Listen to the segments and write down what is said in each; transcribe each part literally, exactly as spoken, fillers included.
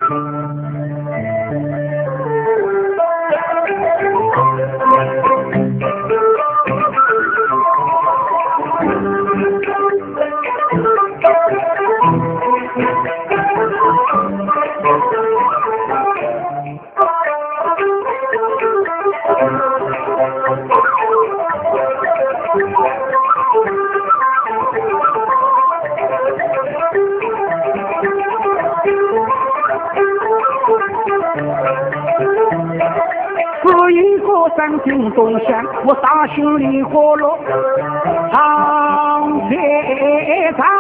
山顶东山，我杀心里火落长天长。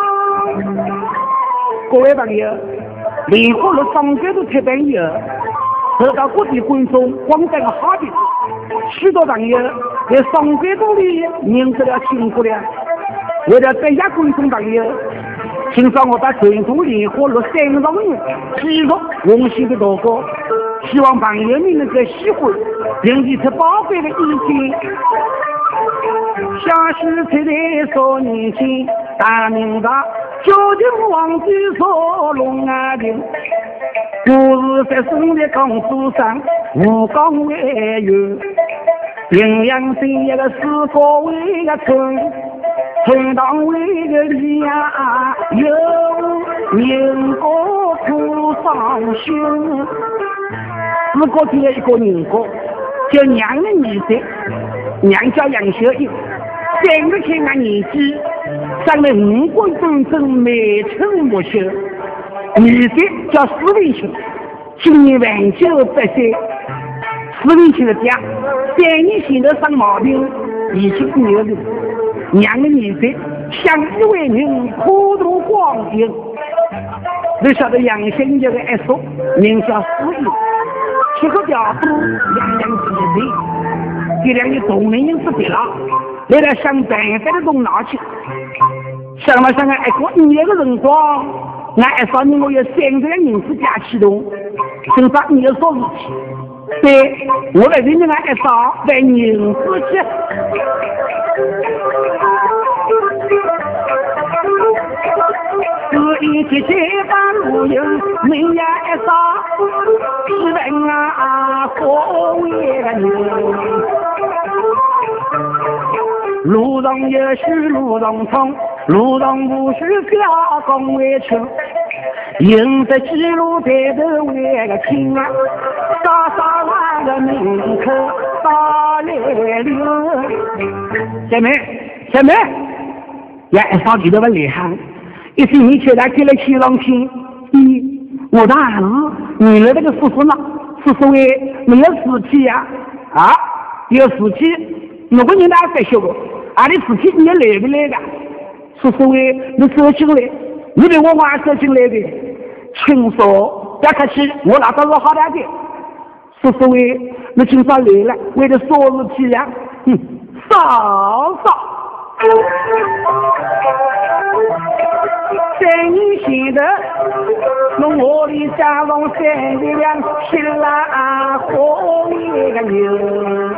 各位朋友，离火了上街都特别热，得到各地观众广大的好评。许多朋友在上街洞里认识了辛苦了。为了增加观众朋友，请让我把全部离火了三十人记录温馨的祷告。希望朋友们能够喜欢，并提出宝贵的意见。下时才来说年轻，大明大究竟皇帝说龙啊兵，故事在生的江苏上，吴江为源，平阳是一个四国为一个村，村当为一个里呀，有民国苦伤心。四国中的一个民国叫娘的女婿，娘叫杨秀英，三个天安年纪，长得五官端正，眉清目秀。女婿叫施文清，今年万九百岁。施文清的家三年前头生毛病，已经没有了。娘的女婿相依为命，普度光阴。你晓得杨秀英这个二叔名叫施英。七个调度两两几岁，这两个同龄人是对了，来了想办法的动脑筋，想了想看，一个一年的辰光，俺一少年我有三个人人事假启动，正把你的说事情，对，我来认定俺一少为人事去。这一切皆把路有没呀一少，是问啊何为个人？路上有许路上冲，路上不许加工为求，赢得几路抬头为个亲啊，傻傻那个门口打来溜。姐妹，姐妹，呀一少记得我厉害。一些你起来给了七郎亲，嗯，我的儿子，你的那个叔叔呢？叔叔哎，没有死气呀？啊，有死气，如果你哪在学过，啊，你死气你来不来的？叔叔哎，你走进来，你比我晚走进来的，轻松，别客气，我拿到了好点的。叔叔哎，你今早来了，为了说事体呀？嗯，嫂嫂。三年前的，弄我的家中三月两七啦，火一个人。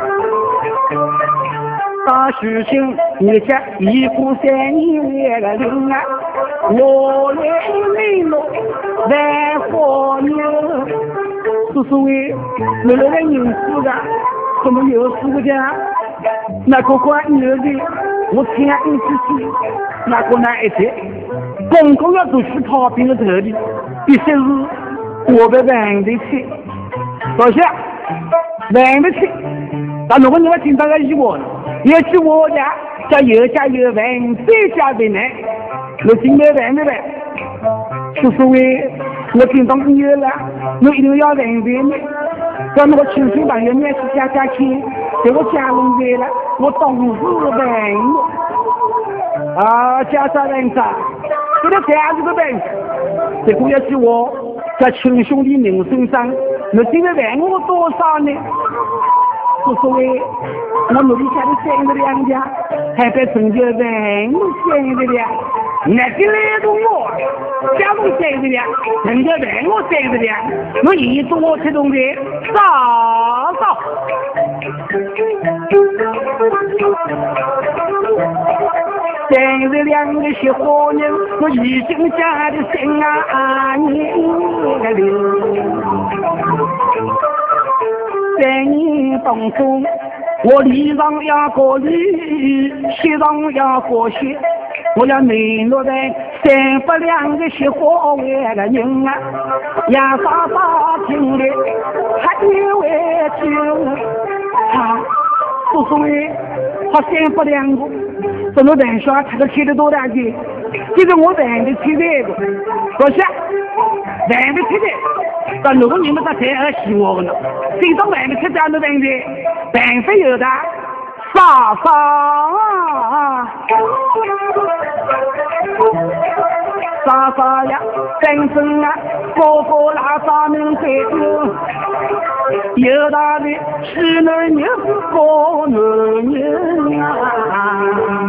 大事情你家一户三年为个人啊，我来没落万火牛。叔叔喂，你那个人事的，怎么有事的？那个关牛的，我听你去去，那个那一天。公公要读书逃兵的头里，必须是我的玩得起，多谢玩得起。但如果你们听到个疑问，也去我家叫有家有玩，在家的呢，我今天玩没玩？叔叔喂，我听到你了，我一定要玩的呢。让那个亲戚朋友面去家家亲，给我家人来了，我懂事玩我。啊，家家人家。这个这样子的呗，这个要是我在亲兄弟名声上，你今天问我多少呢？我说喂，我努力下的三个两家，还在成就问我三个两，那个来动我，假如三个两，人家问我三个两，我一多吃东西，少少。 现在两个小伙人，我已经家的心啊，你个留。在你当中，我礼上要过礼，席上要过席，我要内落在三百两个小伙为个人啊，呀啥啥听的，还以为就啊，叔叔哎，他三百两个。这么玩笑，他都吃得多大的？这个我玩得起这个，可是玩得起的，但如果你们在太儿喜我了，这种玩得起这样的玩的，办法有的，傻傻啊，傻傻呀，真正啊，哥哥拉萨能会有。有大的是男人过男人啊，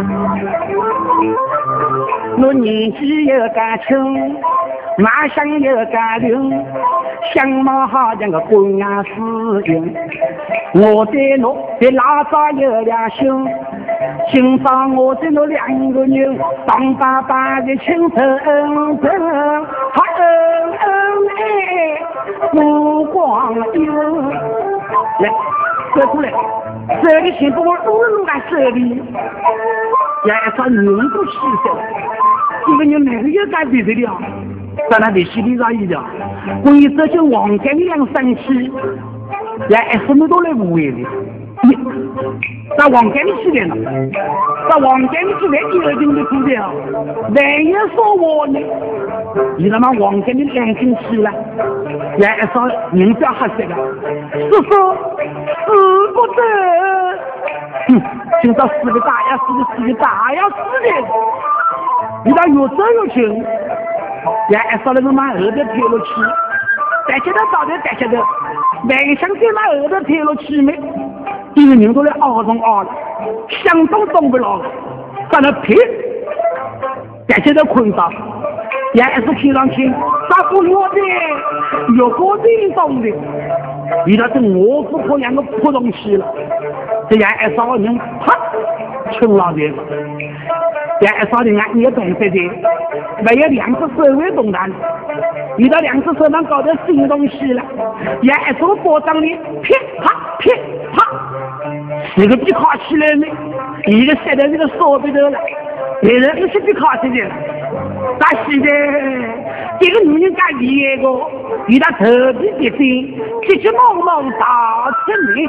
我年纪又干轻，马上又干灵，相貌好像个公安司令。我对侬对拉萨有两心，欣赏我对侬两个人当爸爸的情深深，他恩恩爱目光有。来，走过来，这里先把我撸撸在这里，也算人不气色，这个人没有干别的了，在那里心里上一点，为这些王家娘生气，也什么都来无谓的。在王家里起来了，在王家里起来一定的知道，万一说我呢，你他妈王家里两斤起了，也说人家还这个，是说死不得，哼，听到死的大呀，死的死的大呀，死的，你到越走越轻，也说那个妈耳朵贴了去，但现在早点但现在，万想给妈耳朵贴了去没？因为人都来熬中熬了，想动动不了了，在那皮，但现在困着，也是听上去，啥不我的，有个运动的，遇到这我不可两个扑东西了，这也爱少人啪，穷了这个，也爱少人啊，你也懂这些，没有两只手会动弹，遇到两只手上搞点新东西了，也爱从波上里噼啪噼啪。这个比卡起来呢，一个塞在这个手臂头了，别人又是比卡起来了。但是呢，这个女人干厉害个，与他特别的心，急急忙忙打起来。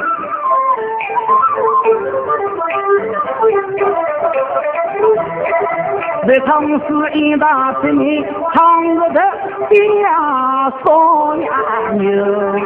这城市一大村民，唱着的呀说呀牛。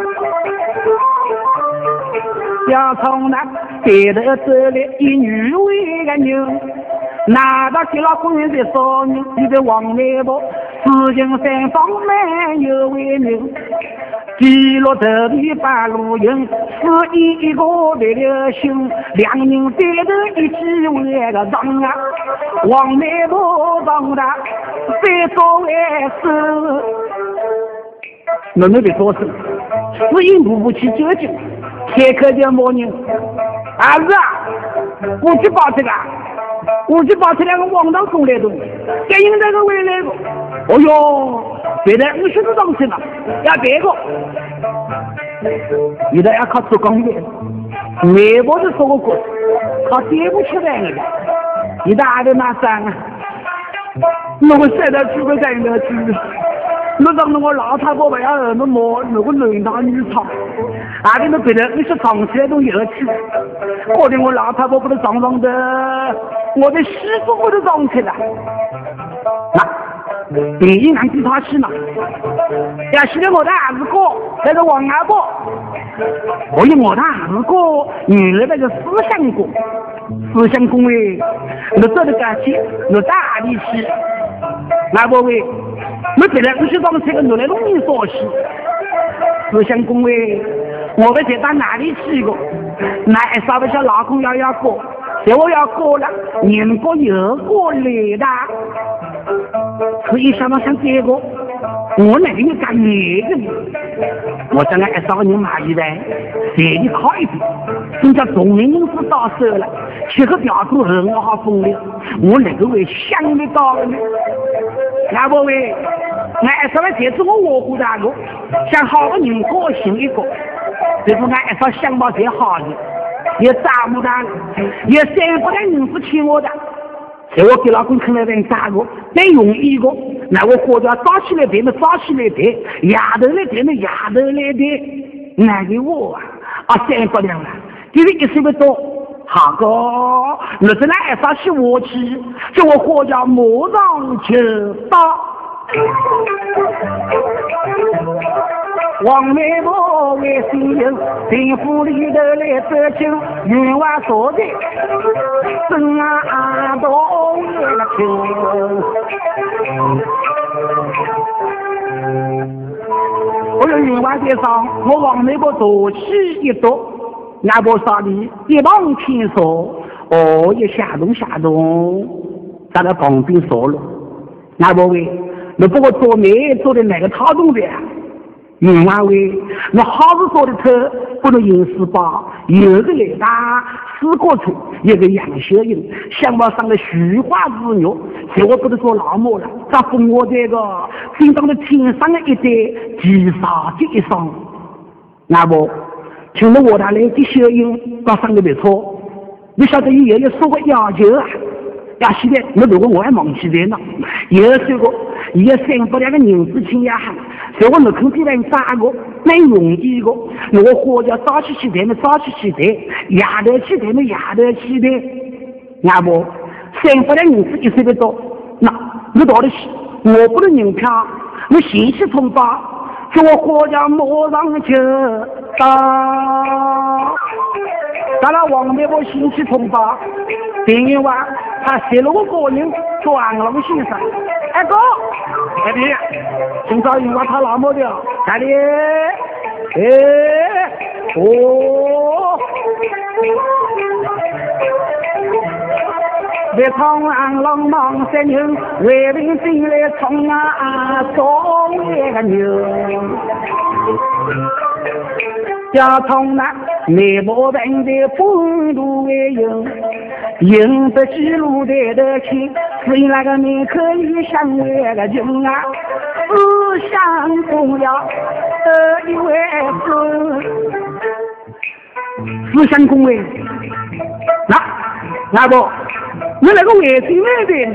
要从那街头走来一女为个牛，拿到给老公人的少女，你的往内部，四境三方没有为牛，记录头的半路人，是一个为了心，两人对头一起为个上啊，往内部上的非作为事，那没得做事，是一步步去究竟。开口就摸你，儿子啊，我去报这个，我去报这两个王道送来的，给你那个回来的。哦哟，别的五十多张钱了，要别个，你的要靠做工的，微博就说过过，靠跌不起来的，你的阿的那山啊，那个现在去不在那去。那让我老太婆不要那么那个人大女唱，啊，你们别人你是长起来都有气，可怜我老太婆不能长长的，我的媳妇不能长起来。那电影俺给他去嘛，要是我的儿子哥，那个王二哥，我有我的儿子哥，女儿那个思想哥，思想公哎，我做的感情，我大力气，那不为。我本来不是当这个努来农民所需，思想公会，我们在到哪里去过？那啥不像老公要要过，所以我要过了，年过又过来的，所以想到像这个，我那个人干那个，我将来二十个人买一万，谁你靠一点，人家农民公司到手了， 这个调度很好风流，我那个位想得到了呢。那不喂，俺说了这次我我顾大哥，想好个人高兴一个，这是俺说想到最好的，也咋不干，也想不来人不请我的。所以我给老公看了点大个，再容易一个，那我活着早起来点嘛早起来点，丫头来点嘛丫头来点，那给我啊啊想不了了，就是一岁不多。好个，那是来啥是我去，叫我活着马上就到。王媒婆为新人，平府里头来走亲，冤枉说的，真啊都为了亲。我有冤枉在上，我王媒婆多起一多。俺不说的，一帮听说，哦，也吓动吓动，咱的旁边说了，俺不为，那不过做媒做的哪个套动的？冤枉为，那好事做的头不能隐私吧？有个来打四个村，一个杨秀英，想不上了虚化之女，结果不是做老母了，咋封我这个心中的天上的一对击杀这一双，俺不。听了我那来的小英搞上的没错，你晓得爷爷说过要求啊，要现在那如果我还忘记了呢，也说过也想不了个人事情呀，所以我那肯定来打个，蛮容易个，我活着早起起来嘛早起起来，丫头起来嘛丫头起来，俺不想不了人事一岁不多，那你到底是我不能人票，我信息通报。叫我活着马上就到，咱那王媒婆信息通报，第二晚他写了我个人转龙先生，哎哥，哎弟，今朝因为他老母的，大弟，哎，哦。别冲俺浪忙三人，为民进来冲啊，作为个牛。交通那内部本的风度为用，赢得记录的的亲，是那个你可以相为个人啊，思想重要得一为尊，思想恭维，那那不。你那个卫生那边，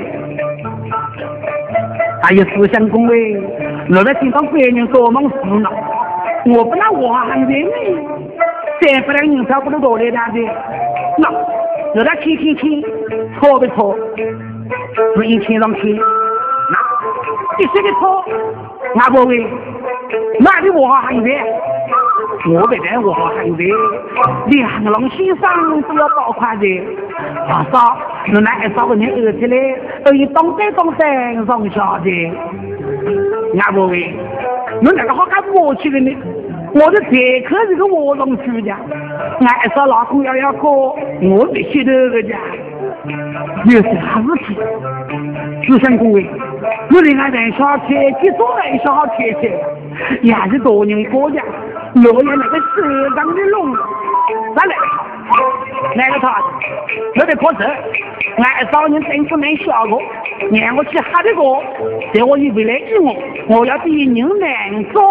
还有思想恭维，我在经常别人做梦死了，我不拿我喊的你，再不然人家不能多来两的，那我在听听听，错不错？是一听上去，那一些的错，俺不会，哪里我喊的？我本来我喊的，两龙先生都要包款的，啊少，你那一少个人饿起来，都一东北东山上下的，俺不会，你那个好干默契的呢？我的这可是个我弄去的，俺说老公要要过，我必须得个家，有啥事情？思想恭维，我另外人小车，几多人小车车，也是多人过家。我有那个社长的龙，咱来来个他，我得破车，俺找人政府没效果，让我去哈这个，在我以为来一我，我要比人难做。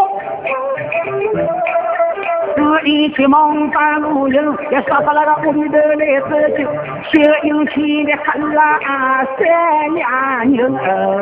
只一去梦半路人，也杀死那个屋里头来走进，小英气的很啦三两人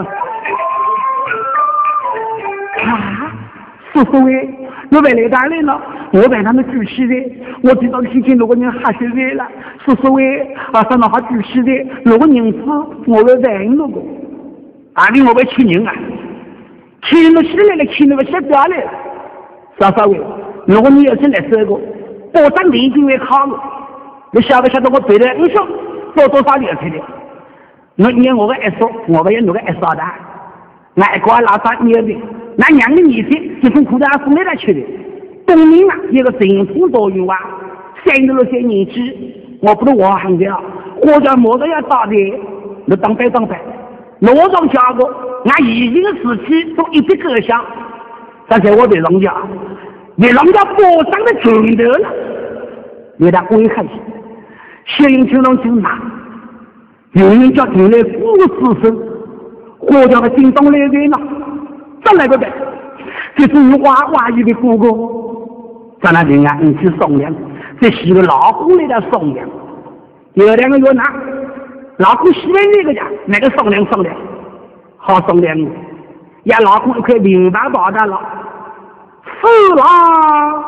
啊，叔叔哎。我本来打来了，我被他们主持的，我知道提前如果人吓死人了，说所谓啊上哪哈主持的，如果人死，我会在那个，啊你我会请人啊，请人起来了，请人起不来了，啥啥位？如果你要是来这个，保障你一定会考虑，你晓不晓得我背的？你说做多少年去的？我念我个一说，我个也那个一说的，俺一个老三年的。那两个女的就从裤裆送来了去的，东面啊有个政府多用啊，三十六岁年纪，我不能我喊的，国家模子要打的，你当白当白，罗上家个，俺已经时期都一笔勾销，但是我被人家，被人家保障的准头了，有点危害性。 血影青龙就拿，有人叫听来故事声，活掉个心中来人了，再来个呗，这是你娃娃一个哥哥，在那人啊一起送粮，这是个老虎来的送粮，有两个月拿，老虎喜欢那个家，那个送粮送粮，好送粮，呀老虎一块明白报的了，是啦。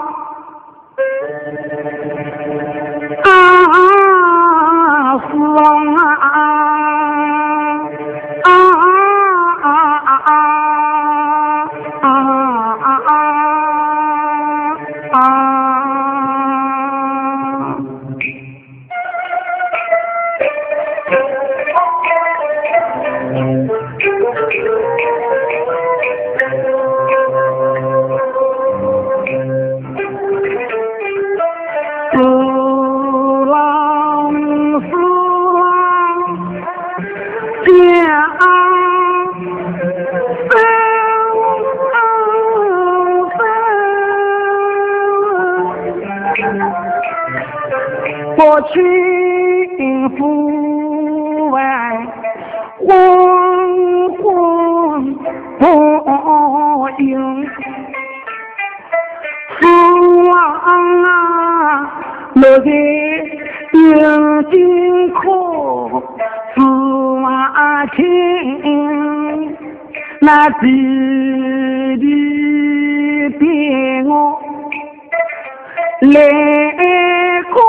啊，死亡啊！啊啊啊啊啊啊啊啊！过去府外昏昏不应，死亡啊，落在眼睛口，死亡情，那弟弟别我来过。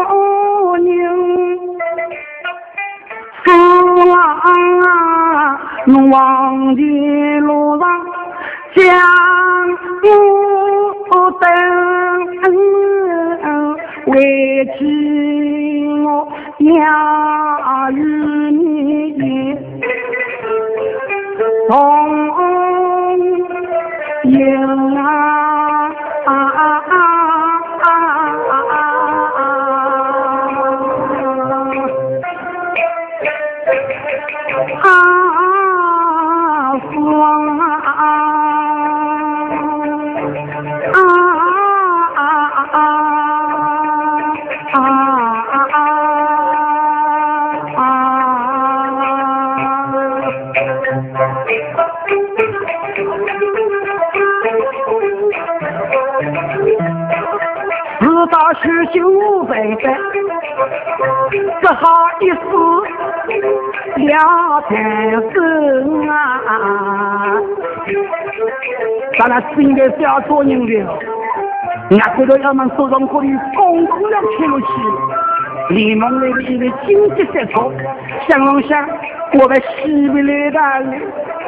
侬往的路上将不等，为起我要与你同迎啊啊啊啊啊！知道是修北北，只好一死了天生啊！咱俩是应该是要做人的，人家觉得要们收容这里共同的铁路去，联盟里的一个经济设施，想了想，我们西北来的。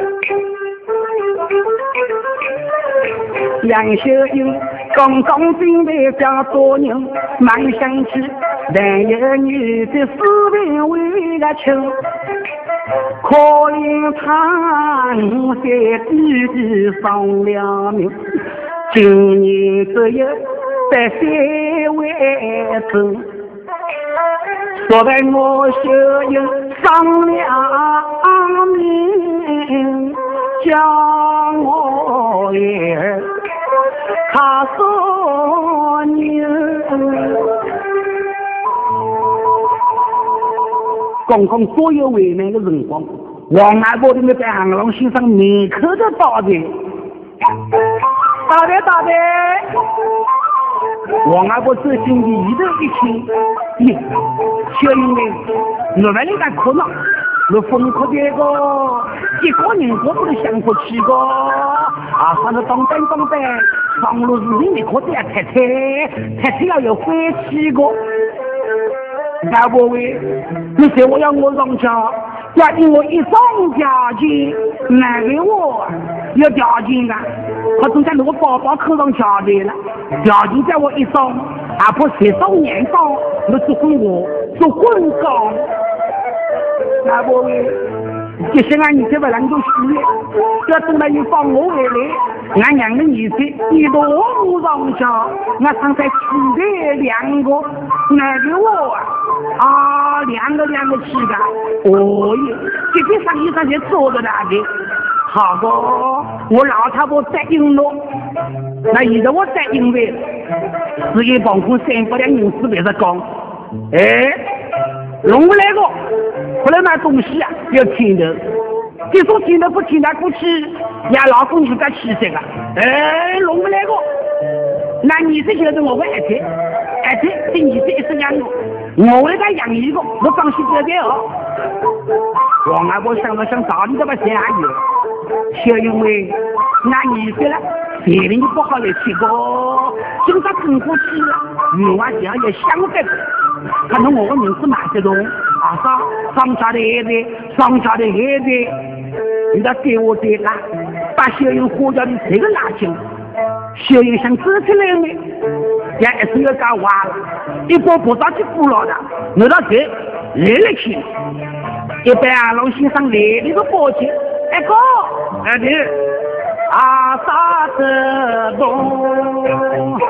杨秀英刚刚准备想做人，没想起男有女的私人为了求，可怜他五岁弟弟丧了命，今年只有百岁为止。昨晚我秀英丧了命，叫我儿他说你公公所有为难的辰光，王阿伯的在行龙先生面口的大队大队大队王阿伯这心里一头一听耶，小英呢我们那个可能我疯狂的个几个人我不能想不起个啊，反正当班当班上路是人的可得要太太太太要有欢喜个大伯喂，你说我要我上家要因我一上家去难给我有条件啊，他总在那个宝宝口上家的了条件在我一上阿婆谁上年上我是混我是混高大伯喂，这些俺你这个人都虚的，要等了你放我回来，俺两个女婿一路路上家，俺上在娶的两个，哪个我啊？啊，两个两个乞丐，哦耶，这边上衣上就坐着那的，好个，我老太婆在应了，那现在我在因为，是给帮助三百两银子为了讲，哎。 弄不来个，后来买东西啊要听的，这种听的不听的过去，呀老公就在气色个，哎，弄不来个，那你这些子我会爱听，爱听对你这一生养我，我会再养一个，我放心这边哦。王二哥想到想找你这么下有，就因为那你说了，别人不好来吃个，现在跟过去，女娃家也想这个。看到我的名字买这种啊啥上家的孩子，上家的孩子，你要给我的啦，把小人活掉的这个拿进，小人想走出来呢，也还是要搞完了，一波不着急不了的，我到这来来去，一般啊老先生来那个报警，哎哥，哎对，啊啥子东。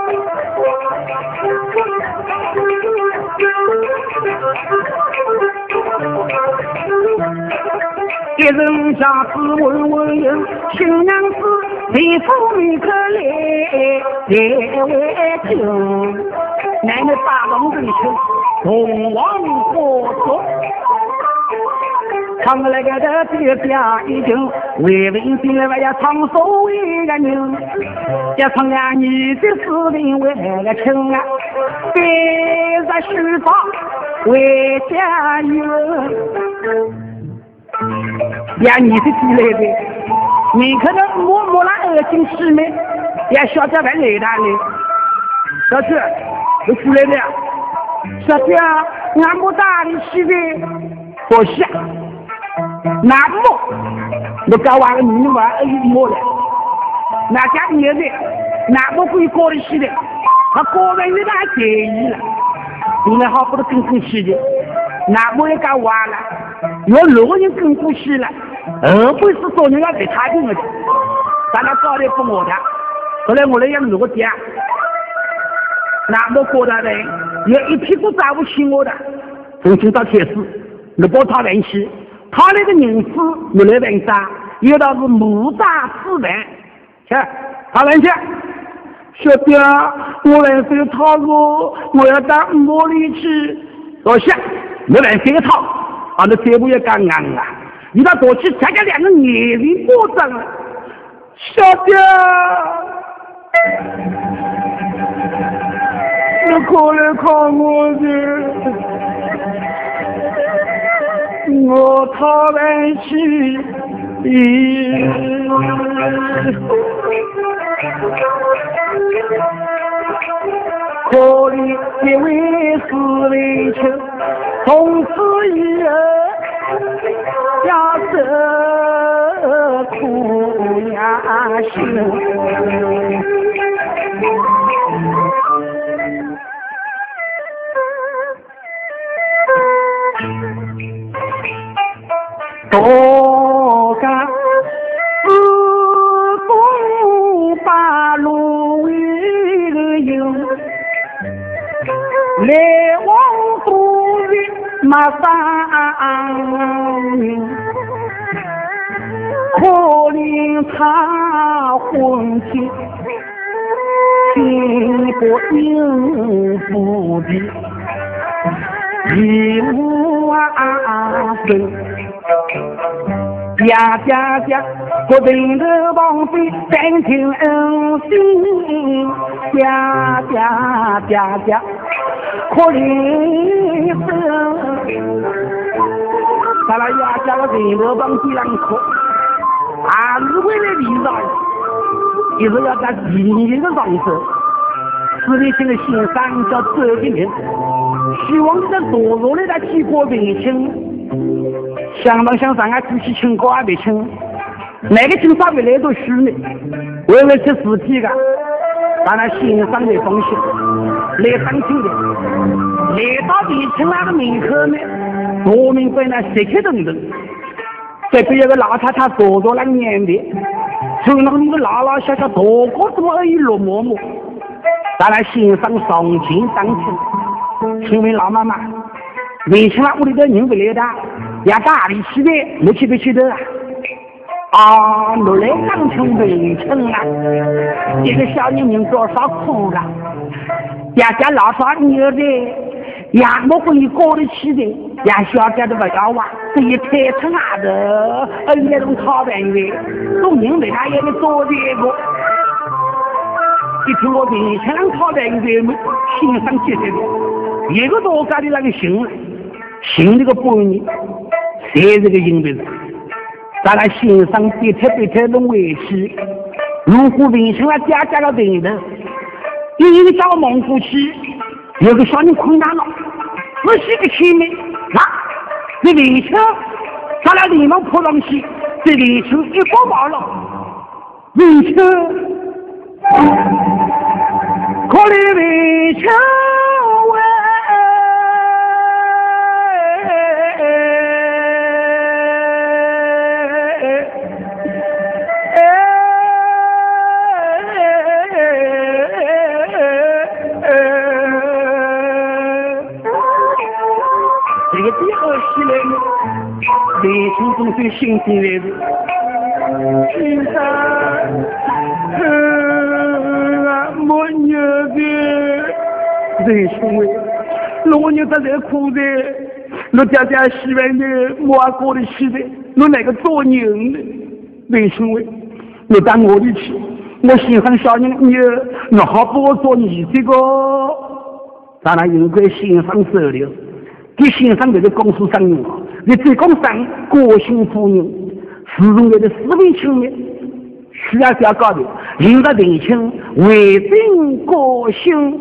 一人家子问问人，新娘子皮肤米可怜，在为情，奶奶大龙人情，同往火烛。唱那个的别家已经为民心来呀，唱所谓的人，也唱呀你的死命为了情啊，别在虚发为家园。呀，你是几来的？你可能摸摸那恶心师妹，呀，小姐来来他呢。小姐，你出来的呀？小姐，俺不大的媳妇，不是。那么，你搞完了你玩一摸了，那家女的，那么会过的是的，他过完你还介意了，你们好不得跟过去的，那么也搞完了，有六个人跟过去了，而不是说人家给他定了的，咱俩早点不我的，后来我来养我家，那么过来的，有一屁股砸不起我的，从今到铁丝，你把他联系。他那个名字没来文章，有的是木大四文，去，他文去。小弟，我来这套路，我要到屋里去。多谢，没来这套，啊，那这步也刚刚啊！你到过去参加两个年龄过程了，小弟，你过来看我去。我讨来去，可怜一位是为求，从此以后要受苦呀辛。多干自东八路为个营，来往都日马上命，可怜他婚前经过应付的义务啊分。呀家家，不停的往飞，感情恩心。家家家家，可怜生。咱俩呀家个人都往地上哭，啊，是为了理上，也是要在第一个上手。是你这个心上叫走的人，希望你在堕落里的几个人情。想到想上俺出去请过也没请，哪个请稍微来都虚呢？为为这事体个，当然欣赏的东西，来上请的，来到底请那个门口呢，多明白呢，谁去等等。这边有个老太太坐着那年的，就那个老老小小多个这么而已落寞寞，当然欣赏上情上请，请问老妈妈，没请了屋里的人不来的？呀，大力气的，没去不去的啊！啊，我来当成文成啊！这个小女人多少苦了，呀家老少女的， 呀，我跟你过得起的，呀，小家的不要玩，这一开成啊的，呃，那种讨厌的，都因为他也没做这个。一听我平常讨厌的，心上结的，一个多干的那个心，心这个不容易，谁这个因为人，在那心上别特别特的委屈。如果平常啊家家的病人，一个找蒙古去，有个小人困难了。我是个亲民，那这围墙，咱俩连忙扑上去，这围墙一包包了，围墙，可怜围墙喂，这个第二系列呢，内心中最心情来的，现在，呃，我女的，人兄弟，我女在这哭的，我家家希望的，我过得起的，我那个做人的，人兄弟，我当我的去，我喜欢小人女，我好不我做你这个，当然应该欣赏手里。你欣赏这个公司商人，你这公商个性富人，始终有的思维清明，需要较高的，领导年轻，为人个性。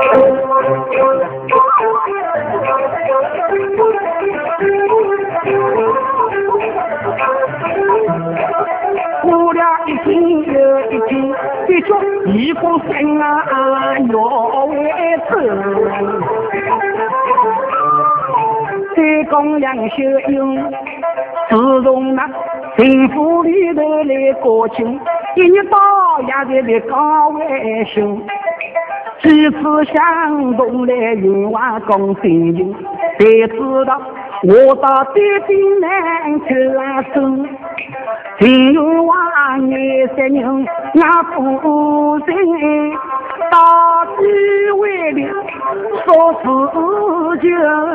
过了一天又一天，的确一风生啊，要为子。这公羊秀英，自从那政府里头来过境，一年到夜的来高外兄，几次相同来愿望共心情，才知道我到底比难求生。只有望你三人那夫人，到底为了说自己。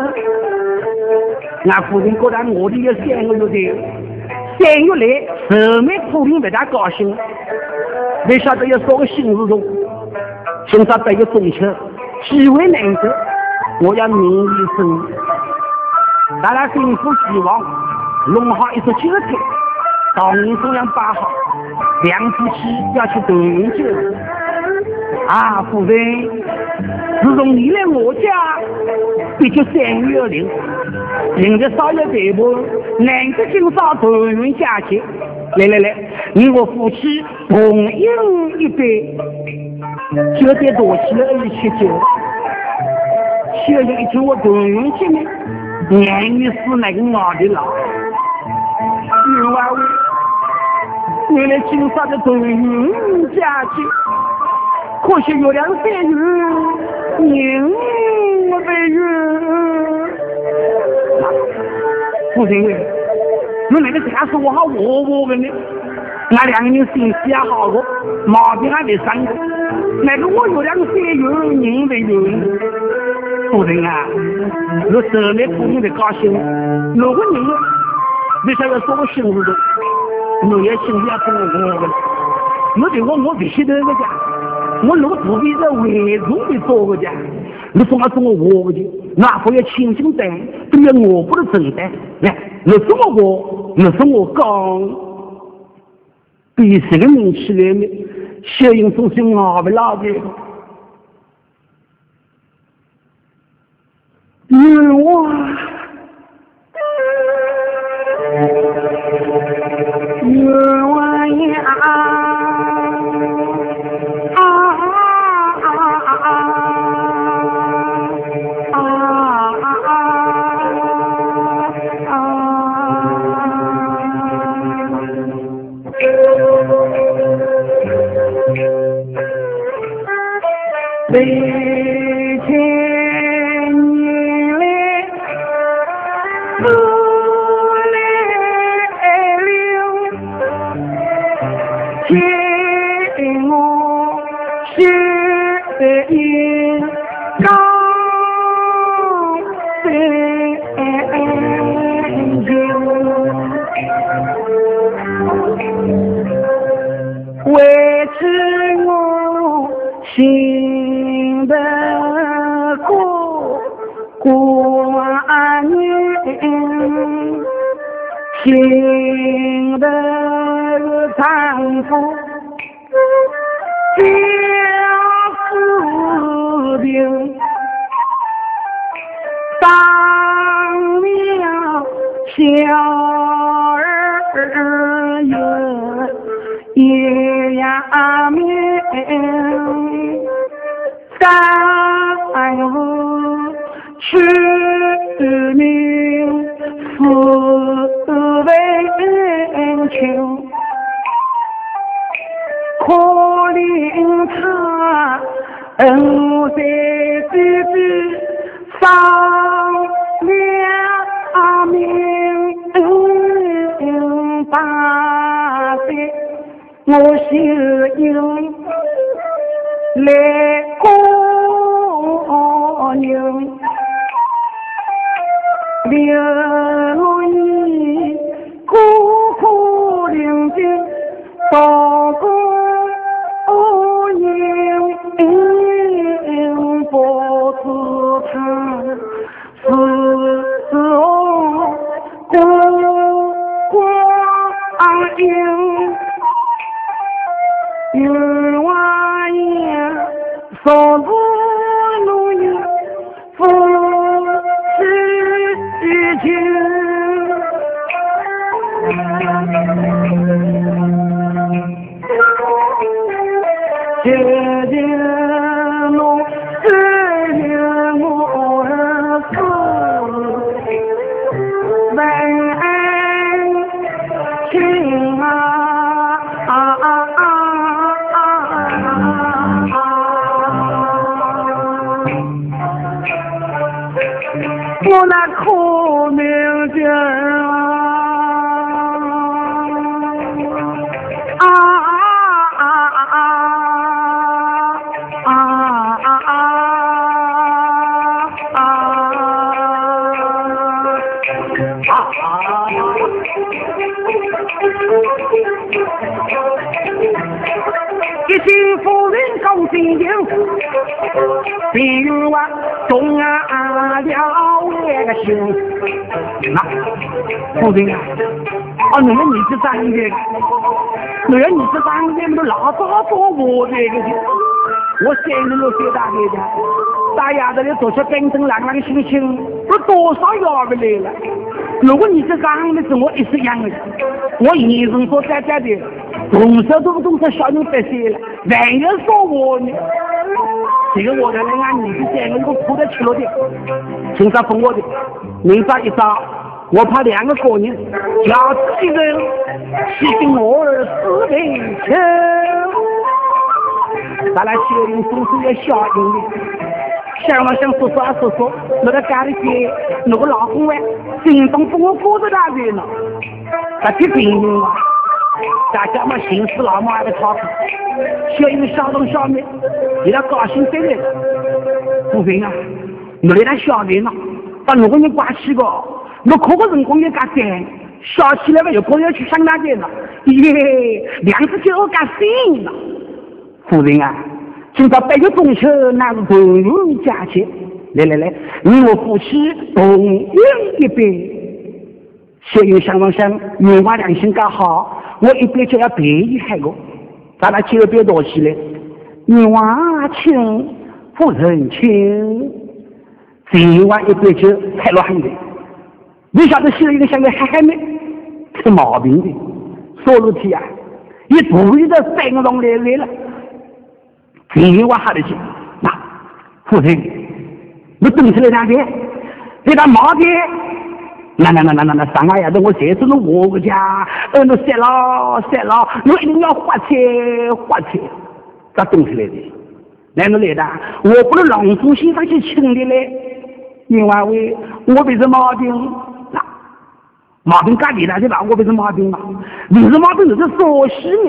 那夫人觉得我的有三个月的，三月来后面夫人为他高兴，没晓得要说个新事中，现在得个中秋，机会难得，我要名一声，咱俩政府希望弄好一只酒菜，到年中央八号，两夫妻要去团圆酒。啊，夫人，自从你来我家，的确三月零，人家少爷对我，难得今早团圆佳节。来来来，你我夫妻同饮一杯，酒点多起了一起酒。小爷一听我团圆节呢，言语是那个熬的了。另外，原来今早的团圆佳节。可惜月亮飞远，人飞远。夫人，我那个家是我好窝窝的呢，那两个人心思也好个，毛病还没生个。那个我月亮飞远，人飞远。夫人啊，我手里夫人的高兴，如果人你想要说我心事的，你也心里要跟我我的，我对我我必须得个家。我如果不必在为中的做个家，你说我做我我的，那不要轻轻担，都要我不的承担。来，你说我，你说我讲，比谁个名气来呢？小英总是熬不了的。冤枉，冤枉呀！北千年来不来了，听我写一张为知我心的过过年，心的丈夫家死病，当了小儿也也呀面，三日取名四为情，可怜他恩在自己上了命八岁，我是因来过年，留意苦苦伶仃到过年，不知他是我过光阴，女娃也说不努力不是情，姐姐侬只有我是为情啊啊啊啊我那苦命劲儿啊啊啊啊啊啊！一心夫人共心情，比如我中啊了我个心。那夫人啊，啊，你们你是长的，你们你是长的，都老早做我这个的，我现在都学大的的，大丫头的多少变成朗朗心情，我多少要个来了。如果你是长的是我也是一样的，我一人说在家的，动手都不动手，小人白些了，万人说我呢。这个我的人啊，你是这个我哭得起了的，请他封我的，明早一早，我怕两个过年，叫自己人洗净我儿四倍钱，咱俩小人总是要小人的。想了想说说啊说说，那个家里些那个老公哎，心中跟我过着大人了，他去病人啊，大家嘛心思老嘛的吵吵，小人小东小妹，你那高兴死了，不行啊，你那小人了，把如果你挂起个，我可个人工也干干，小起来嘛又可要去上大街了，耶，两只就干心了，夫人啊。今朝八月中秋，那是团圆佳节。来来来，你我夫妻同饮一杯。小人想了想，女娃良心刚好，我一杯就要便宜害我。咱俩就别多起来。女娃请，夫人请。今晚一杯酒太乱的。你晓得小人想个嗨嗨没？是毛病的。说路题啊，一注意到三容来来了。你我哈得去，那夫人，你动起来哪边？你那毛的，那那那那那那上个呀，我这次弄我家，呃，那塞了塞了，我一定要花钱花钱，咋动起来的？来那来的，我不能让夫先生去请的嘞。另外为我不是毛病，那毛病干你了对吧？我不是毛病嘛，你是毛病，你是说事呢，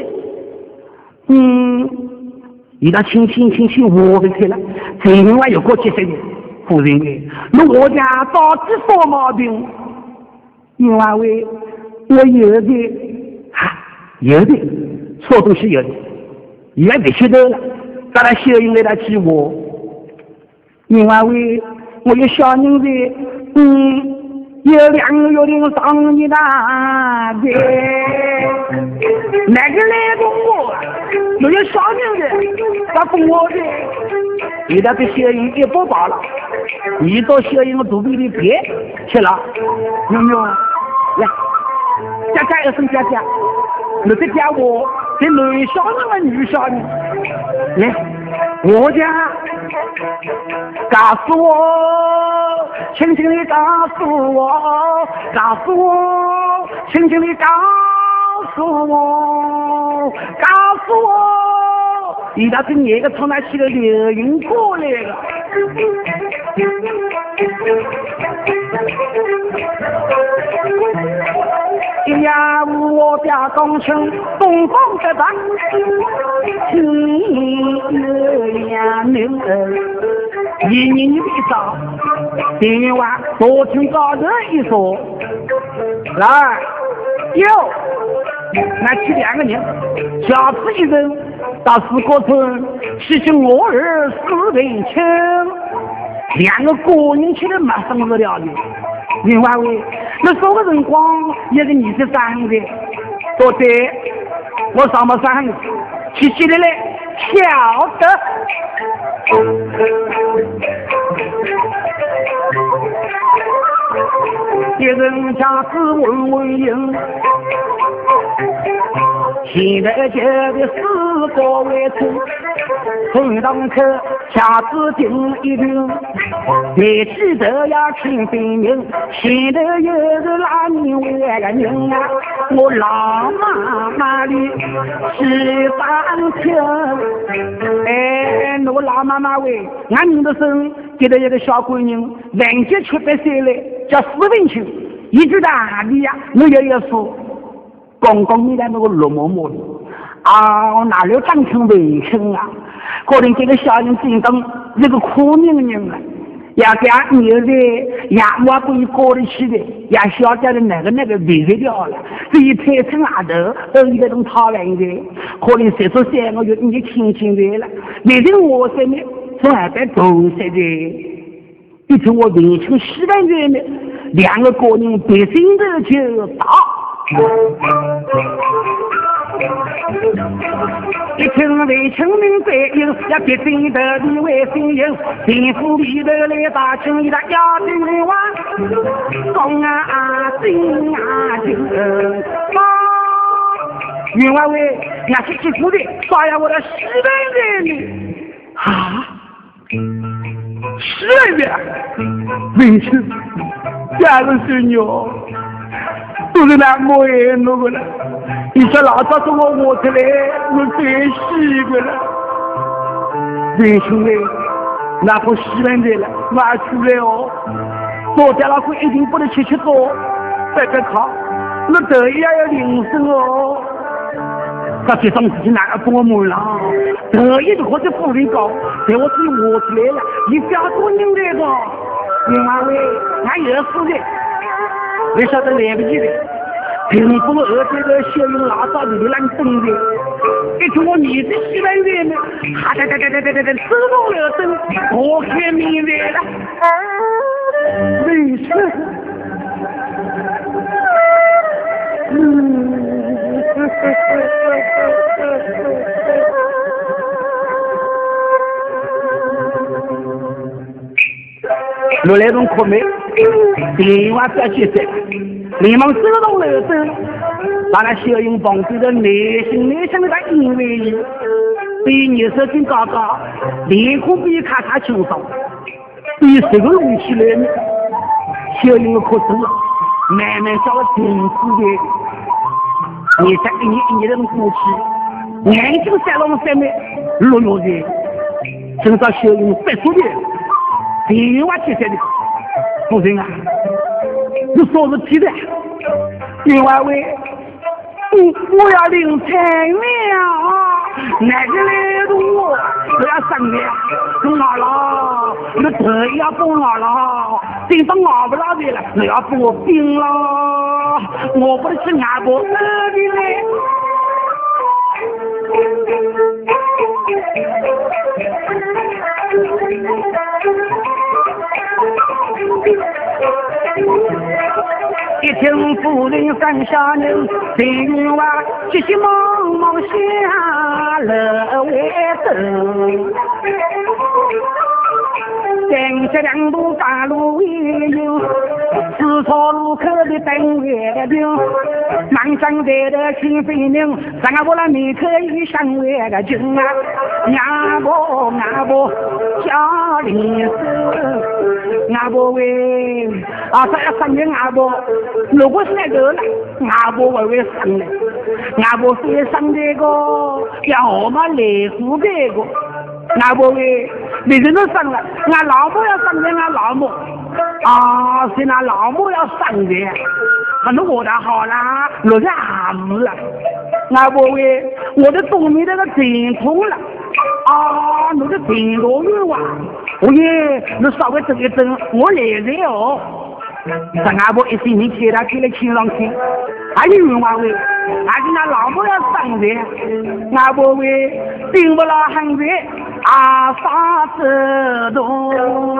嗯。你那亲亲亲亲我回去了，今晚有过节生的， 夫人嘞，那我家到底什么毛病？因为我有的，哈，有的，错都是有的，也得晓得了，咱俩小人来得起我，因为我有小人的，嗯。有两个月的上你大的，哪个来跟我？有些小人的，他跟我的，你那个小人一不罢了，你到小人肚皮里别去了，有没有？来，佳佳一声佳佳，你这家伙是男小人啊，女小人？来，我家告诉我。轻轻地告诉我，告诉我，轻轻地告诉我，告诉我，你那是哪个从那去的流云过来了？一呀，我家工程东方的大，一呀，女儿，一年一早。今晚多听高人一说，来，有那去两个人，下次一人到四国村去请我儿四人亲，两个个人去的没什么了的。另外喂，那说个人光一个你是三的，对不对？我上么三个，去起来嘞，晓得。一人家是文文英，现在这的四个位置，碰上去下次听一听，别记得要听分明。现在有个拉你为个人啊，我老妈妈的是三天，哎，我老妈妈喂，俺们的生给了一个小闺女，人家七八岁了。叫四文清，一句大的呀，我也要说，刚刚你在那个绿毛毛的，啊，哪里长成文清啊？可能这个小人真当这个苦命人啊，也给俺女的也我不会过得去的，也晓得的那个那个别的掉了，这一拍成哪头都一个种讨厌的，可能谁说三个月你就轻轻的了，为了我身边从还在东西的。一听我文清西半月呢，两个个人别心的就打。一听文清明白应，也别真的你为心应，政府里头来打请一大家庭人玩，公啊真啊真啊！原来喂，俺是欺负的，刷呀我的西半月呢啊！是的，文清，家人孙女都是那么爱那个了。你说老早从我窝出来，我最喜欢了。文清嘞，那不喜欢的了，拿出来哦。昨天老公一定不能吃吃多，再再烤，那头也要铃声哦。他这种事情哪个多么了？得意的或者夫人高，在我自己窝出来了，你不要多拧这个。另外喂，俺也是的，为啥子来不及的？平不二这个小人拉早的烂灯的，一听我你是西南人呢，哈哒哒哒哒哒哒哒，手动了灯，我看明白了。为什么？嗯。落来种苦梅，电话再接着，连忙手动了灯，把那小人放在了内心内心的因为对你手劲高高，脸孔比咔嚓清爽，比这个隆起来呢，小人可真了，慢慢找了停止的。你才一年一年的过去，眼睛三龙三眉，落落的，正找小人白说的，电话接下的，夫人啊，你说是提的，另外喂，嗯，我要领彩面啊，哪个来的我， 不要生的，我了，你特意要帮我了，真到我不了的了，你要帮我病了，我不是吃牙不饿的嘞。一听夫人三下人，心哇急急忙忙下了围灯。正这两步大路一有，四错路口的灯月的灯，满山的的清飞明，三个我那你可以上月的军啊，阿伯阿伯家里是阿伯喂，啊这要上的阿伯，如果是那个了，阿伯会会上的，阿伯是上这个，要我们来付这个。阿伯喂，你人都上了，俺老母要上的，俺老母啊，是俺老母要上的，反正我的好啦，落下俺了。阿伯喂，我的东西那个真痛了啊，那个真多冤枉，我耶，你稍微整一整，我来了。但阿伯一心你贴他贴来亲上去，还有冤枉喂，还是俺老母要上的，阿伯喂，并不老很的。啊，啥子都，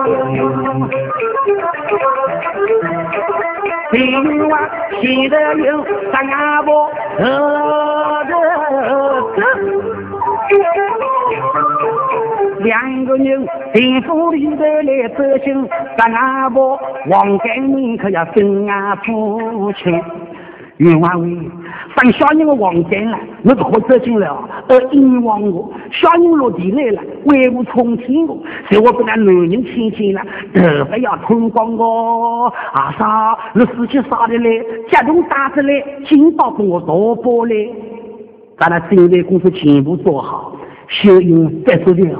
今晚喜得有三阿伯喝着两个人幸福里的来走行，三阿伯王根你可要跟俺父亲。冤枉喂，上小人我望见了，我是可走进了，而冤枉我，小人落地来了，为无从听我，所以我跟那男人亲亲了，头发要脱光我，啊啥，你死去杀的嘞，家中打的嘞，今早跟我多波嘞，咱那整类工作全部做好，修用再说的。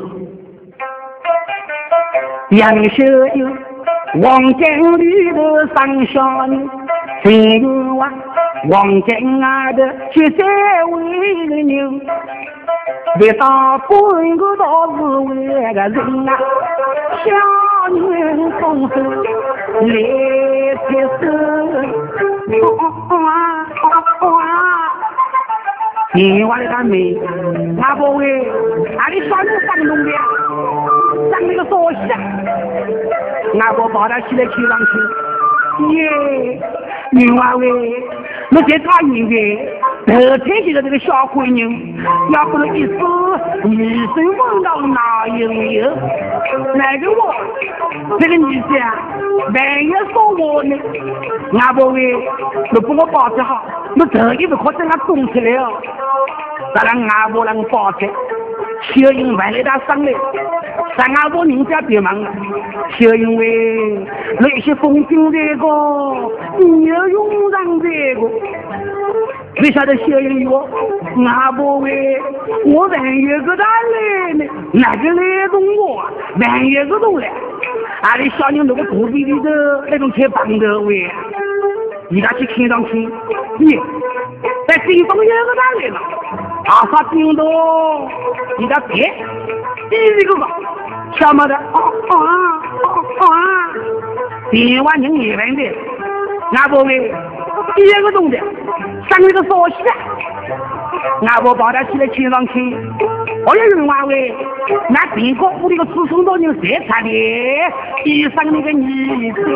杨秀英，王经理的上小人，谁有啊？王家啊的去三位的人，为啥半个都是为个人啊？小人风声来开始，哇哇哇！你话的他没，阿伯喂，阿里小人上弄的，上那个东西啊！阿伯把他起来去上去，耶！女娃喂，那些他应该头天起的这个小闺女，要不能一死一生忘到哪有有？那个我这个女婿啊，万一说我呢，阿伯喂，你帮我保持好，你头一不可等他动起来哦，咱让阿伯让保持。小英万来他上来，三阿伯人家别忙了。小英喂，那些风景这个，你要用上这个。为啥子小英我阿伯喂，我万月个他来呢？哪个来动我？万月个动来，俺的小英那个肚皮里头那种铁棒的喂，你那去看上去，你在京东有个他来了。啊，发病的，你的别，第一个吧，什么的，啊啊啊啊！第万人一万的，阿伯喂，第二个东的，三个说起来，阿伯把他起来亲上去，我有人话喂，那别个屋里个子孙都有谁差的，衣裳那个女的，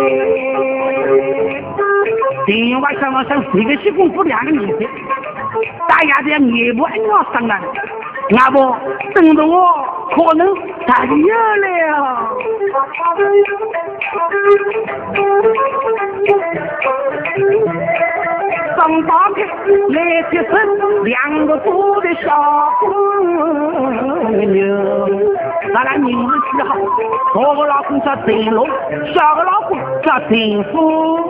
今晚上我想谁个西公府两个女的。大家这样也不按我上来，阿伯等着我，可能他就有了。上八天来接生两个多的小姑娘，咱俩名字取好，大个老公叫陈龙，小个老公叫陈福。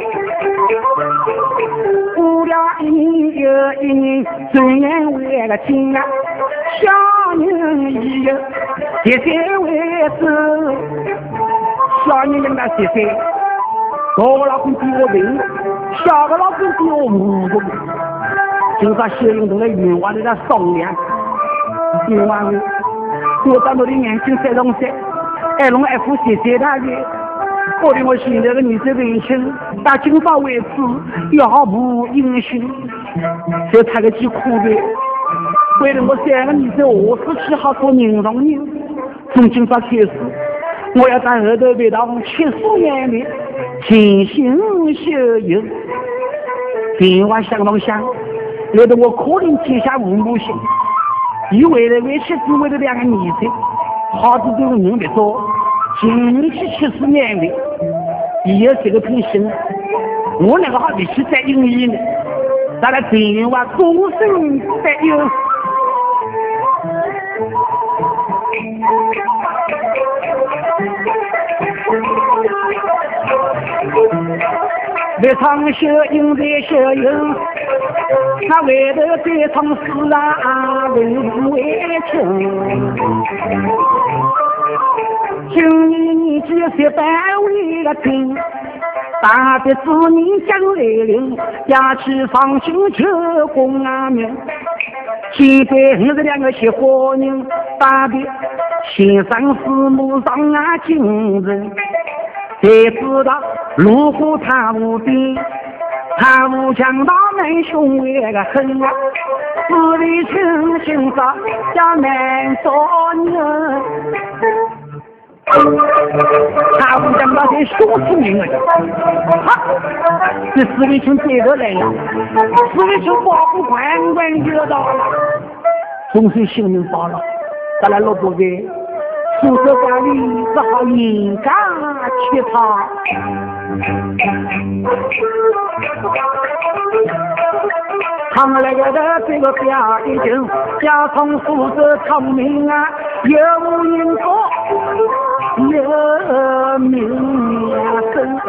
无聊一年又一年，转眼为了亲啊，小人一个十岁为止，小人应该十岁，大个老公比我笨，小个老公比我五个，就把小人都来冤枉的他商量，冤枉的， 我到我的眼睛才弄些，还弄一副谢谢他的。我的我现在的女子年轻，打金发为主，要不英雄，这才个几苦的。为了我三个女子饿死去好做人上人，从今朝开始，我要在后头为到七十年里潜心修行。今晚想当想，累得我可能天下无母心。以为了为妻子为了两个女子，好子都是人别说，今年去七十年里，也是个品行。我那个好脾气在英语呢，咱俩今晚终身在有。为唱修营的修营，他为了这场事啊，为为情。今年你这些单位的听，大的子女将来临，家去放心求公安民。现在我这两个小伙人，大的先生父母上啊精神。才知道如果他无敌，他无强大难雄伟个很啊，自力清心上叫难做人。他无强大才说出名了，哈，这自力清接着来了，自力清保护关关就到了，终身性命保了，咱来落不给。宿舍管理只好严加去他。他们那个的这个表已经家从宿舍聪明啊，有因果有名声。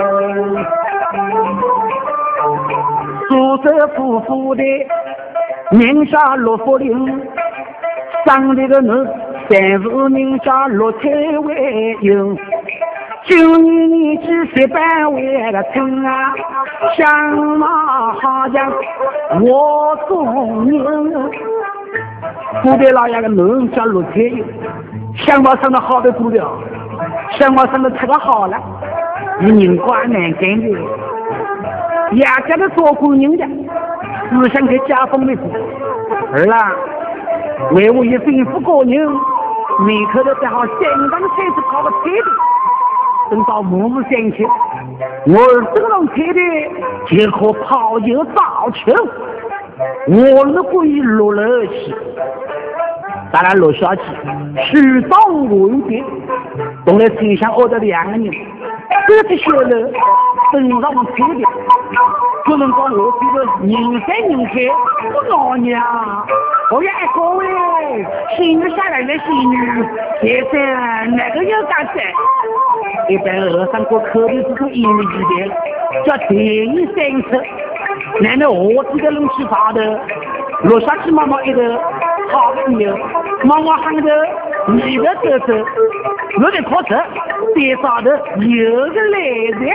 宿舍夫妇的名下罗福林，上这个人。三十名下落彩为用，九年你只是半为了成啊，相马好像我中人。古代老爷个人叫落彩用，相马上的好的不了，相马上的太个好了，你人瓜难干的，牙家的做工人的，思想给家风的主，儿啦，为我一吩咐个人。每刻都在好相当车子跑个车的，等到母母乡去，我这个种车的结果跑就早去，我是故意落了去，咱俩落下去，虚张文别，动了心想我的两个人，这些学了，等到我车的，就能讲我这个人山人海，不老娘。我要一个喂，新女下来的新女，先生哪个有干在？一般和尚过口里只是一米之间，叫田一三尺。难道我这个人去发的？落下去妈妈一个好朋友，妈妈喊的你的哥哥，我的课程，别啥的有个来的。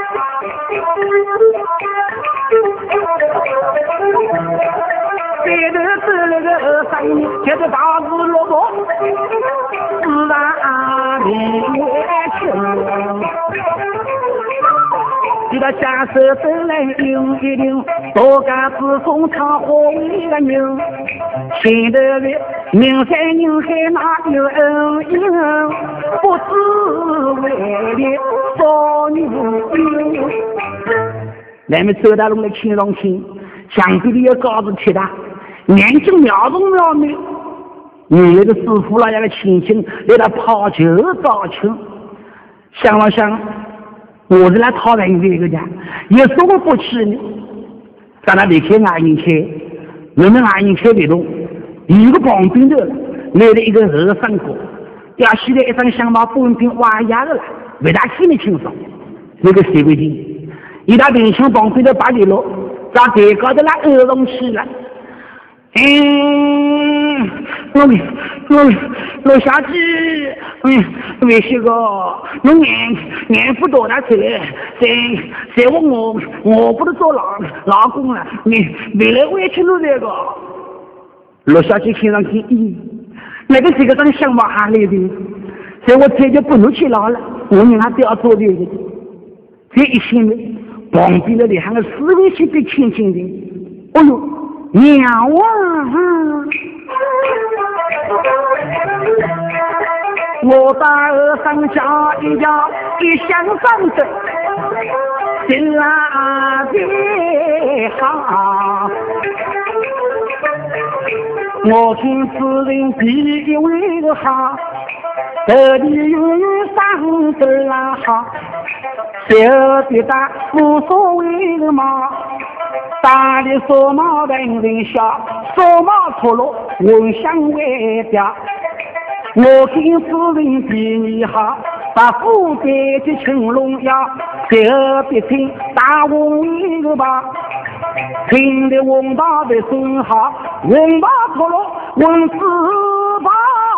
这个是那个和尚，接着大字落落，自然明清。记得下手走来用一领，多干自从他火一个人，现在的人山人海哪有恩怨，不知为了少女忧。咱们走到路的青龙青，墙壁里有高子铁的。眼睛瞄中瞄美，你的师傅了那个亲情来他跑球早球，想了想，我是来讨人这个的，也说我不去呢。咱那离开安营去，我们安营去里头，一个旁边的来了一个和尚哥，要洗了一张香茅本品挖牙的了，为他心里清爽。那个谁规定？一大冰箱旁边的八里路，把最高的那耳聋起来。嗯，我我我下去，嗯，为些个，我年年不多大岁，在在我我我不能做老老公了，你为了委屈了这个，落下去听上去，嗯， 那个这个人想法还来的，所以我这就不能去捞了，我们还都要做这个。这一些呢，旁边的里还有思维性的轻轻的，哎呦，鸟啊！我在二上加一家一向上的，心拉的好。我听此人比一位的好，这里永远上得拉好，小的大无所谓的嘛，大的说毛人人笑，说毛错了问相为表。我听此人比你好，把富贵的青龙腰，小别听大翁一个吧。听得翁大的声好，翁大错了问四吧。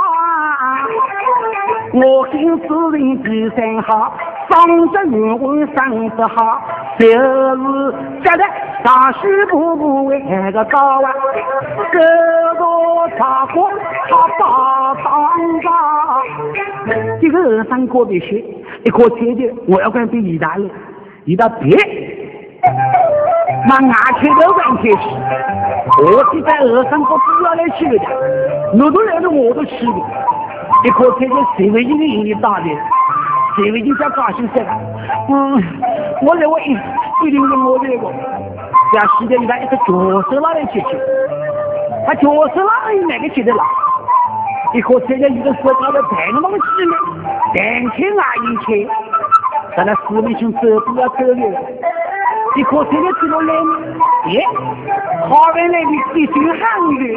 我听此人比三好，上着云问上着好，就是觉得大师不不为个高啊，这个茶锅他把当家。这个二三个别些，一个姐姐我要跟比意大利，意大别。那牙签的问题是，我是在二三个主要来吃的，那多人的我都吃的。一颗这个谁为一个引力大的，谁为你在高兴死了？嗯，我认为一定用我这个，要时间一旦一个角色拿来解决，他角色拿来哪个解的了？一颗这个一个是他的太那么细了，两千啊一千，咱那四位兄走不要走了。一颗这个这个来，耶，好人来的必须行的。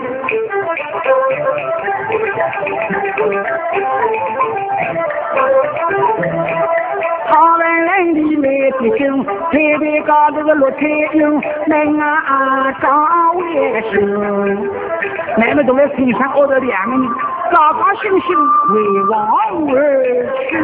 好人来的没的行，特别搞这个落彩用，能啊高为生。那么都来身上얻着两个人，高高兴兴为王而去。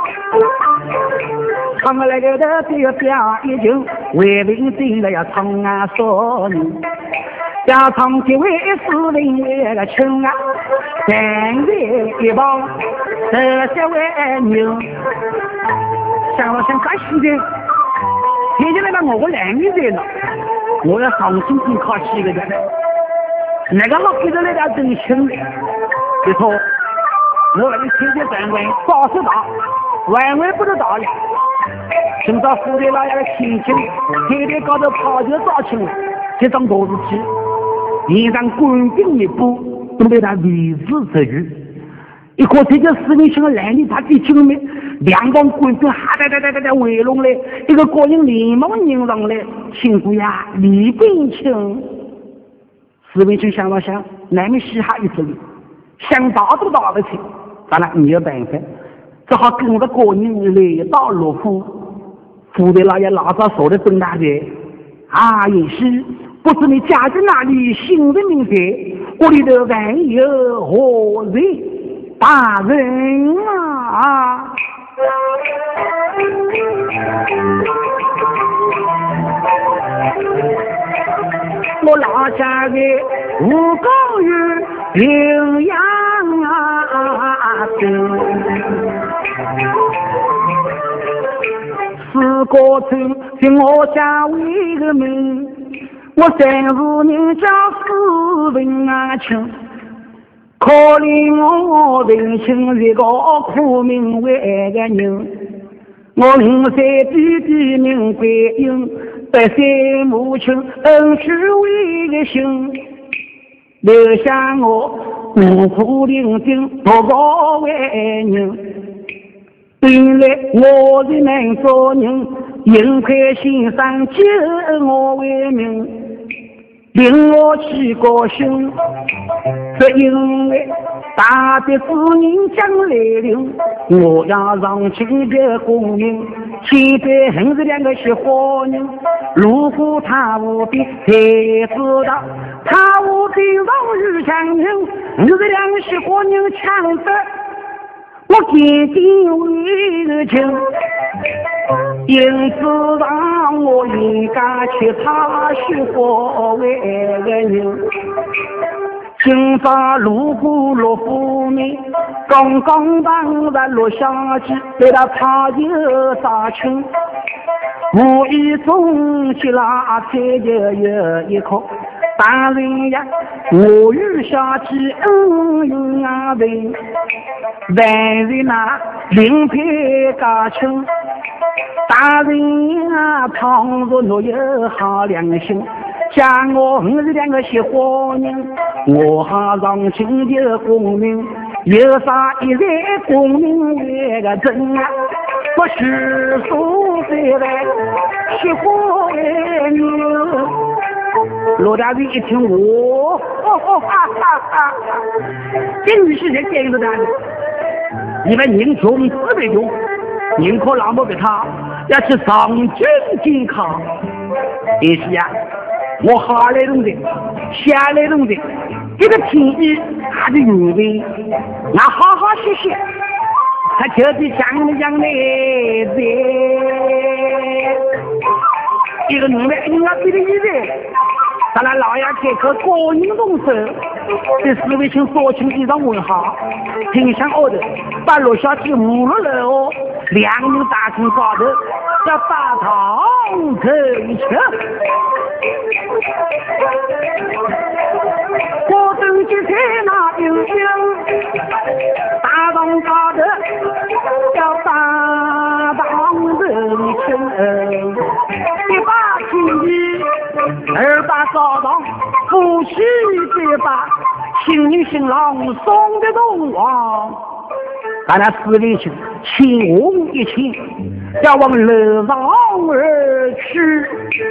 唱来个的表表已经为民定了要唱啊说你，要唱几位司令为了穷啊，三月一帮这些为牛，想了想干死的，现在来把我个两个人了，我要上心心靠几个的，那个老给的那点真穷的，你说我那个天天单位早知道，晚晚不知道了。寻找府里老爷的亲戚，天天搞着跑就找亲了，这桩大事体，连上官兵一步都被他为之则愚。一个这个事情像个男的，他的经历，两帮官兵哈哒哒哒哒哒围拢嘞，一个个人连忙迎上来，亲姑呀，李冰清。史文清想了想，难免嘻哈一直里，想打都打得起，当然没有办法，只好跟着个人来到罗府。府里老爷老早说的郑大姐啊，也是不知你家在哪里，姓的名字，我里头还有何人大人啊？我老家的吴公于平阳啊村，四个村是我家为个名，我三十年叫四文啊亲，可怜我人生一个苦命为个人，我五岁弟弟名归英，百岁母亲恩许为个心，留下我孤苦伶仃多个为人。本来我的难做人，应该心上救我为名，令我起高兴，是因为大的子民将来临，我要让清的公民，清的很是两个是好人，如果他无的才知道，他无的让日强人，我是两个是好人强的。我坚定为个情，因此让我应该去踏实活为个人。 今朝路过罗府面，刚刚当在落下去，被他差有杀青。无意中起那菜就有一颗，当然呀，我与下去恩怨啊人，万人那临配家亲，大人呀，倘若若有好良心。像我们是两个小伙人，我还让亲就公民，有啥一来公民为个真啊！我十数岁来小伙人，罗大人一听我，哦哦哈哈哈！这女婿人见着他，因为您穷自备穷，宁可那么给他要去上京健康，也是呀。我下来弄的，下来弄的，这个天意还是有的，我好好谢谢，他就是讲的讲的的，一个女的，人家比的一的，咱俩老爷开口个人动手，这四位请说清一张问号，挺想我的，把落下去五六楼，两人大厅高头要打堂推车。我等去在那边大堂高头要打堂人情，一把青衣，二把高堂，夫妻这把新女新郎送的东王，咱那四位亲亲我一亲，要往楼上而去。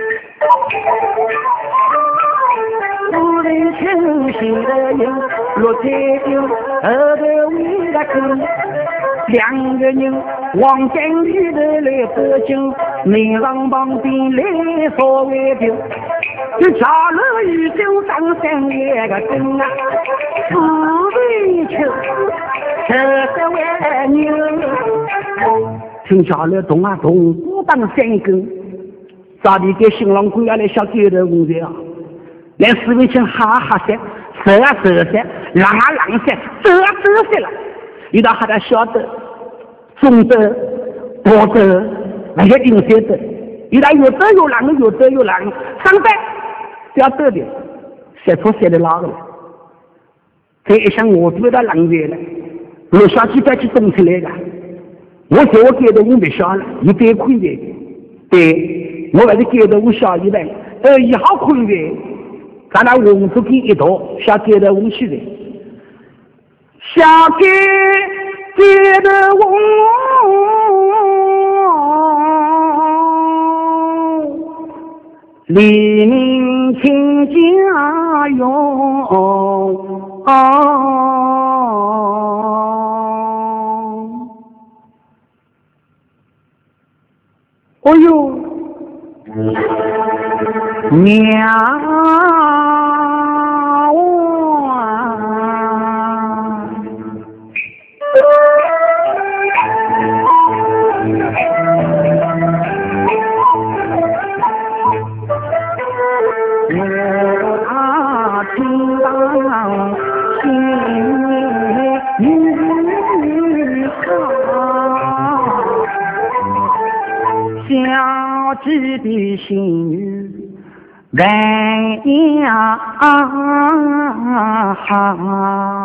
夫人清醒的人，落在酒，二个为了跟两个人往监狱的来得酒，门上旁边来所谓的，就下了雨就上山一个根啊，四位秋，这个为牛，听下了动啊动，不当三根，咋地给新郎官要来小街的工作啊？连四位亲哈哈噻，蛇啊蛇噻，狼啊狼噻，走啊走噻了。遇到还得小的、中的、大的，那些顶些的，遇到有的有狼，有的有狼，上班不要得的，写错写的哪个了？这一想我就到狼人了，我下去再去动起来的。我说我给的我没下了，一百块的，对，我还是给的我下一百，呃，一好块的。咱俩文出去一道，下街的文去的，下街街的文，黎明请家用。哦呦，娘。小鸡的心语万呀好，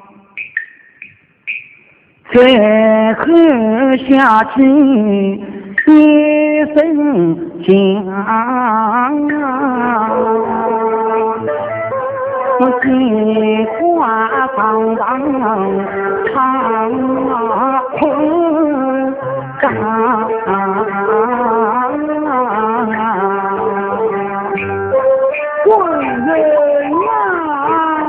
最后下去一声讲，金花堂堂长空干。贵人呀，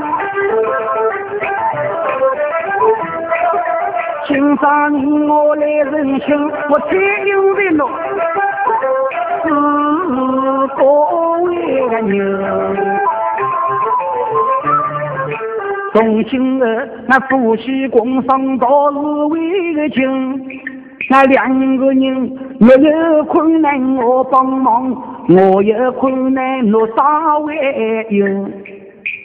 请上你我来认亲，我才有的咯，是各位个牛。从今儿那夫妻共商都是为个情。那两个人，我有困难我帮忙，我有困难我稍微有。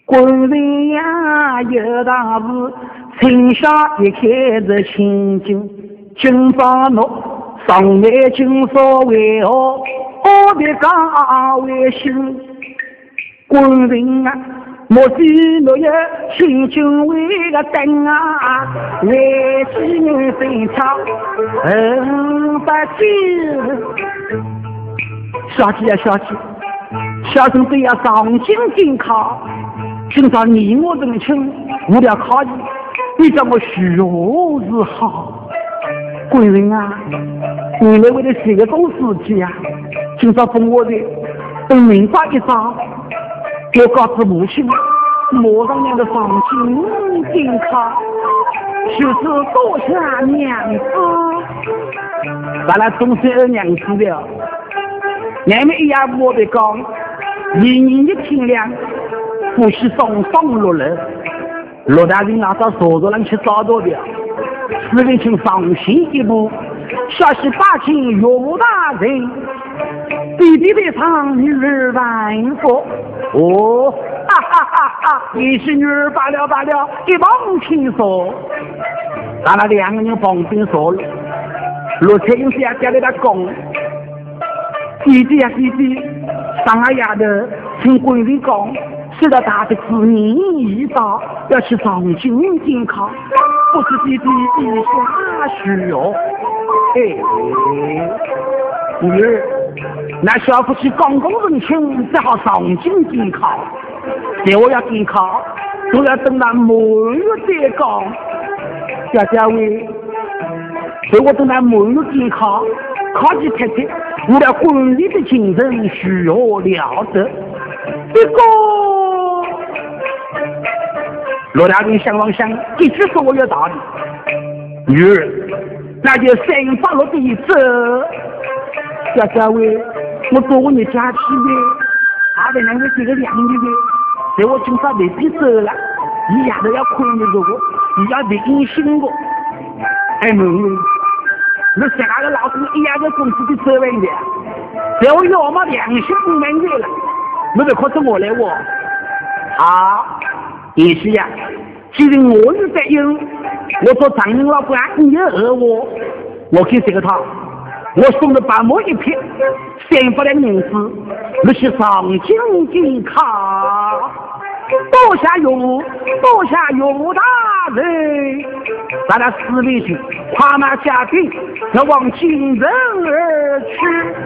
官人呀，有大事，请下一开着清净，军法诺上来军所为何？我的岗为心，官人啊，莫知若有清军为个灯啊，为几年分草很不知。小姐呀，小姐，小生都要上京进考。今朝你我人亲，无聊考验，你叫我如何是好？贵人啊，你们为了写个公事体啊，今朝封我的，等明白一招，我告知母亲，马上让他上京进考，就是多谢娘子。咱俩总是二娘子了，俺们一样我的讲，一年一天亮。不是上上落了，罗大人拿到手头上去找到的，司令请上行一步，小西八请岳大人，弟弟的唱女儿万福。哦，哈哈哈哈！你是女儿罢了罢了，一帮听说，咱俩两个人绑定说了，罗才用下家里的工，弟弟呀弟弟，上个丫头听闺女讲。是的，他的子民一到要去上京进考，不是弟弟一下去哦。哎，女儿，那小夫妻刚刚认亲，只好上京进考。在我要进考，都要等到满月再讲。小家位，所以我等到满月进考，考级太太，为了婚礼的精神，需要了得。这个。罗大人想了想，一直说我有道理。女儿，那就先把我的走。小家位，我做我的家妻的，他的两个这个两女的，所以我今朝未必走了。你丫头要困的我，你要得阴心我。哎妹妹，那三个老子一样的公司的责任的，所以我要么良心不满意了，没得靠着我来我。好。也是呀，既然我有答应，我做长人老板，你要讹我，我可以这个套，我送了八毛一片，三百两银子，那是上京进考，多谢有多谢有大人，咱俩司令去，快马加鞭，要往京城而去。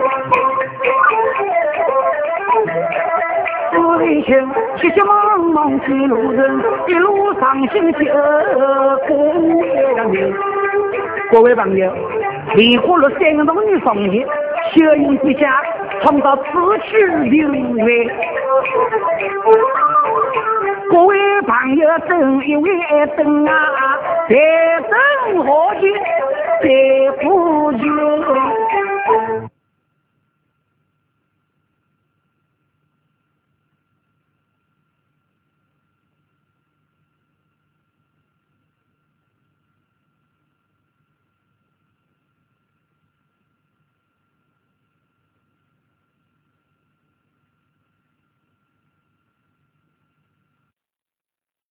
司令兄，急急忙忙几路人，一路上行就跟两人。各位朋友，离过了山东的方言，小英之家唱到此去流泪。各位朋友，等一位等啊，在等何去？在